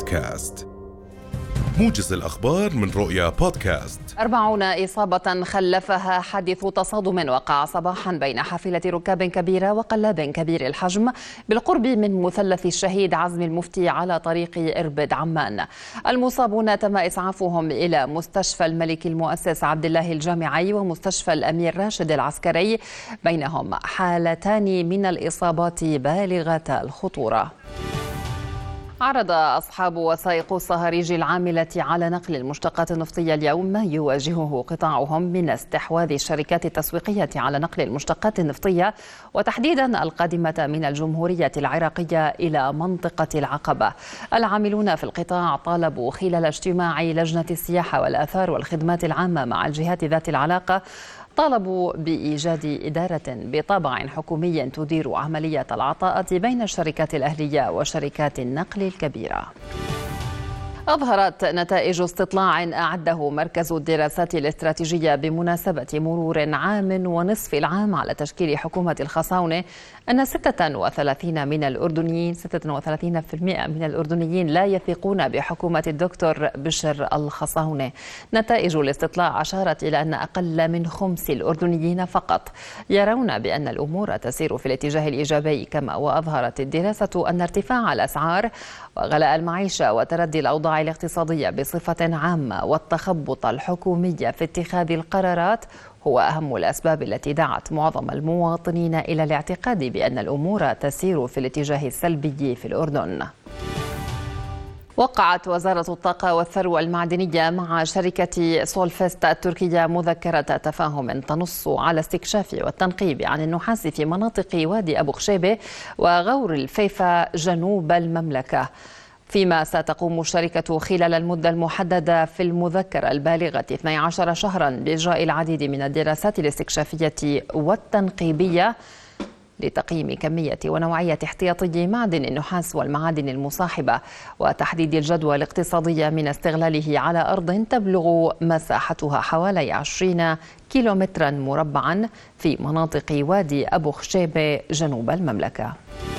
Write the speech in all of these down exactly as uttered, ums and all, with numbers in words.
بودكاست. موجز الأخبار من رؤيا بودكاست. أربعون إصابة خلفها حادث تصادم وقع صباحا بين حافلة ركاب كبيرة وقلاب كبير الحجم بالقرب من مثلث الشهيد عزمي المفتي على طريق إربد عمان. المصابون تم إسعافهم إلى مستشفى الملك المؤسس عبد الله الجامعي ومستشفى الأمير راشد العسكري، بينهم حالتان من الإصابات بالغة الخطورة. عرض أصحاب وسائق الصهاريج العاملة على نقل المشتقات النفطية اليوم ما يواجهه قطاعهم من استحواذ الشركات التسويقية على نقل المشتقات النفطية، وتحديدا القادمة من الجمهورية العراقية إلى منطقة العقبة. العاملون في القطاع طالبوا خلال اجتماع لجنة السياحة والآثار والخدمات العامة مع الجهات ذات العلاقة طالبوا بإيجاد إدارة بطابع حكومي تدير عملية العطاءة بين الشركات الأهلية وشركات النقل الكبيرة. أظهرت نتائج استطلاع أعده مركز الدراسات الاستراتيجية بمناسبة مرور عام ونصف العام على تشكيل حكومة الخصاونة أن ستة وثلاثين من الأردنيين ستة وثلاثين بالمئة من الأردنيين لا يثقون بحكومة الدكتور بشر الخصاونة. نتائج الاستطلاع أشارت إلى أن أقل من خمس الأردنيين فقط يرون بأن الأمور تسير في الاتجاه الإيجابي. كما وأظهرت الدراسة أن ارتفاع الأسعار وغلاء المعيشة وتردي الأوضاع الاقتصادية بصفة عامة والتخبط الحكومي في اتخاذ القرارات هو أهم الأسباب التي دعت معظم المواطنين إلى الاعتقاد بأن الأمور تسير في الاتجاه السلبي في الأردن. وقعت وزارة الطاقة والثروة المعدنية مع شركة سولفست التركية مذكرة تفاهم تنص على استكشاف والتنقيب عن النحاس في مناطق وادي أبو خشيبة وغور الفيفا جنوب المملكة، فيما ستقوم الشركة خلال المدة المحددة في المذكرة البالغة اثني عشر شهرا بإجراء العديد من الدراسات الاستكشافية والتنقيبية لتقييم كمية ونوعية احتياطي معدن النحاس والمعادن المصاحبة وتحديد الجدوى الاقتصادية من استغلاله على أرض تبلغ مساحتها حوالي عشرين كيلومترا مربعا في مناطق وادي أبو خشيبة جنوب المملكة.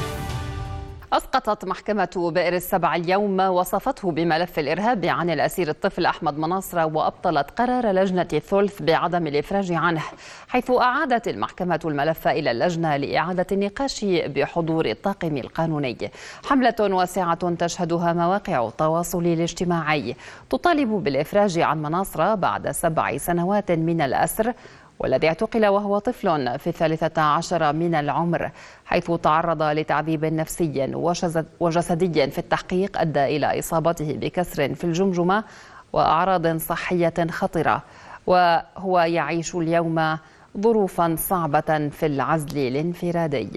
أسقطت محكمة بئر السبع اليوم وصفته بملف الإرهاب عن الأسير الطفل أحمد مناصرة، وأبطلت قرار لجنة الثلث بعدم الإفراج عنه، حيث أعادت المحكمة الملف إلى اللجنة لإعادة النقاش بحضور الطاقم القانوني. حملة واسعة تشهدها مواقع التواصل الاجتماعي تطالب بالإفراج عن مناصرة بعد سبع سنوات من الأسر، والذي اعتقل وهو طفل في الثالثة عشر من العمر، حيث تعرض لتعذيب نفسي وجسدي في التحقيق أدى إلى إصابته بكسر في الجمجمة وأعراض صحية خطرة، وهو يعيش اليوم ظروفا صعبة في العزل الانفرادي.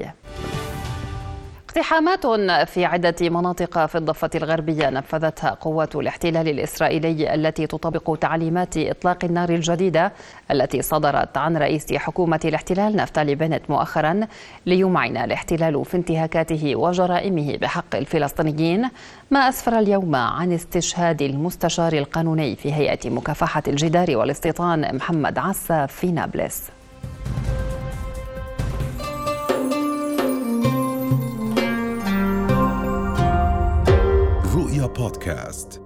اقتحامات في عدة مناطق في الضفة الغربية نفذتها قوات الاحتلال الإسرائيلي التي تطبق تعليمات إطلاق النار الجديدة التي صدرت عن رئيس حكومة الاحتلال نفتالي بنت مؤخرا، ليمعن الاحتلال في انتهاكاته وجرائمه بحق الفلسطينيين، ما أسفر اليوم عن استشهاد المستشار القانوني في هيئة مكافحة الجدار والاستيطان محمد عسا في نابلس. رؤيا بودكاست.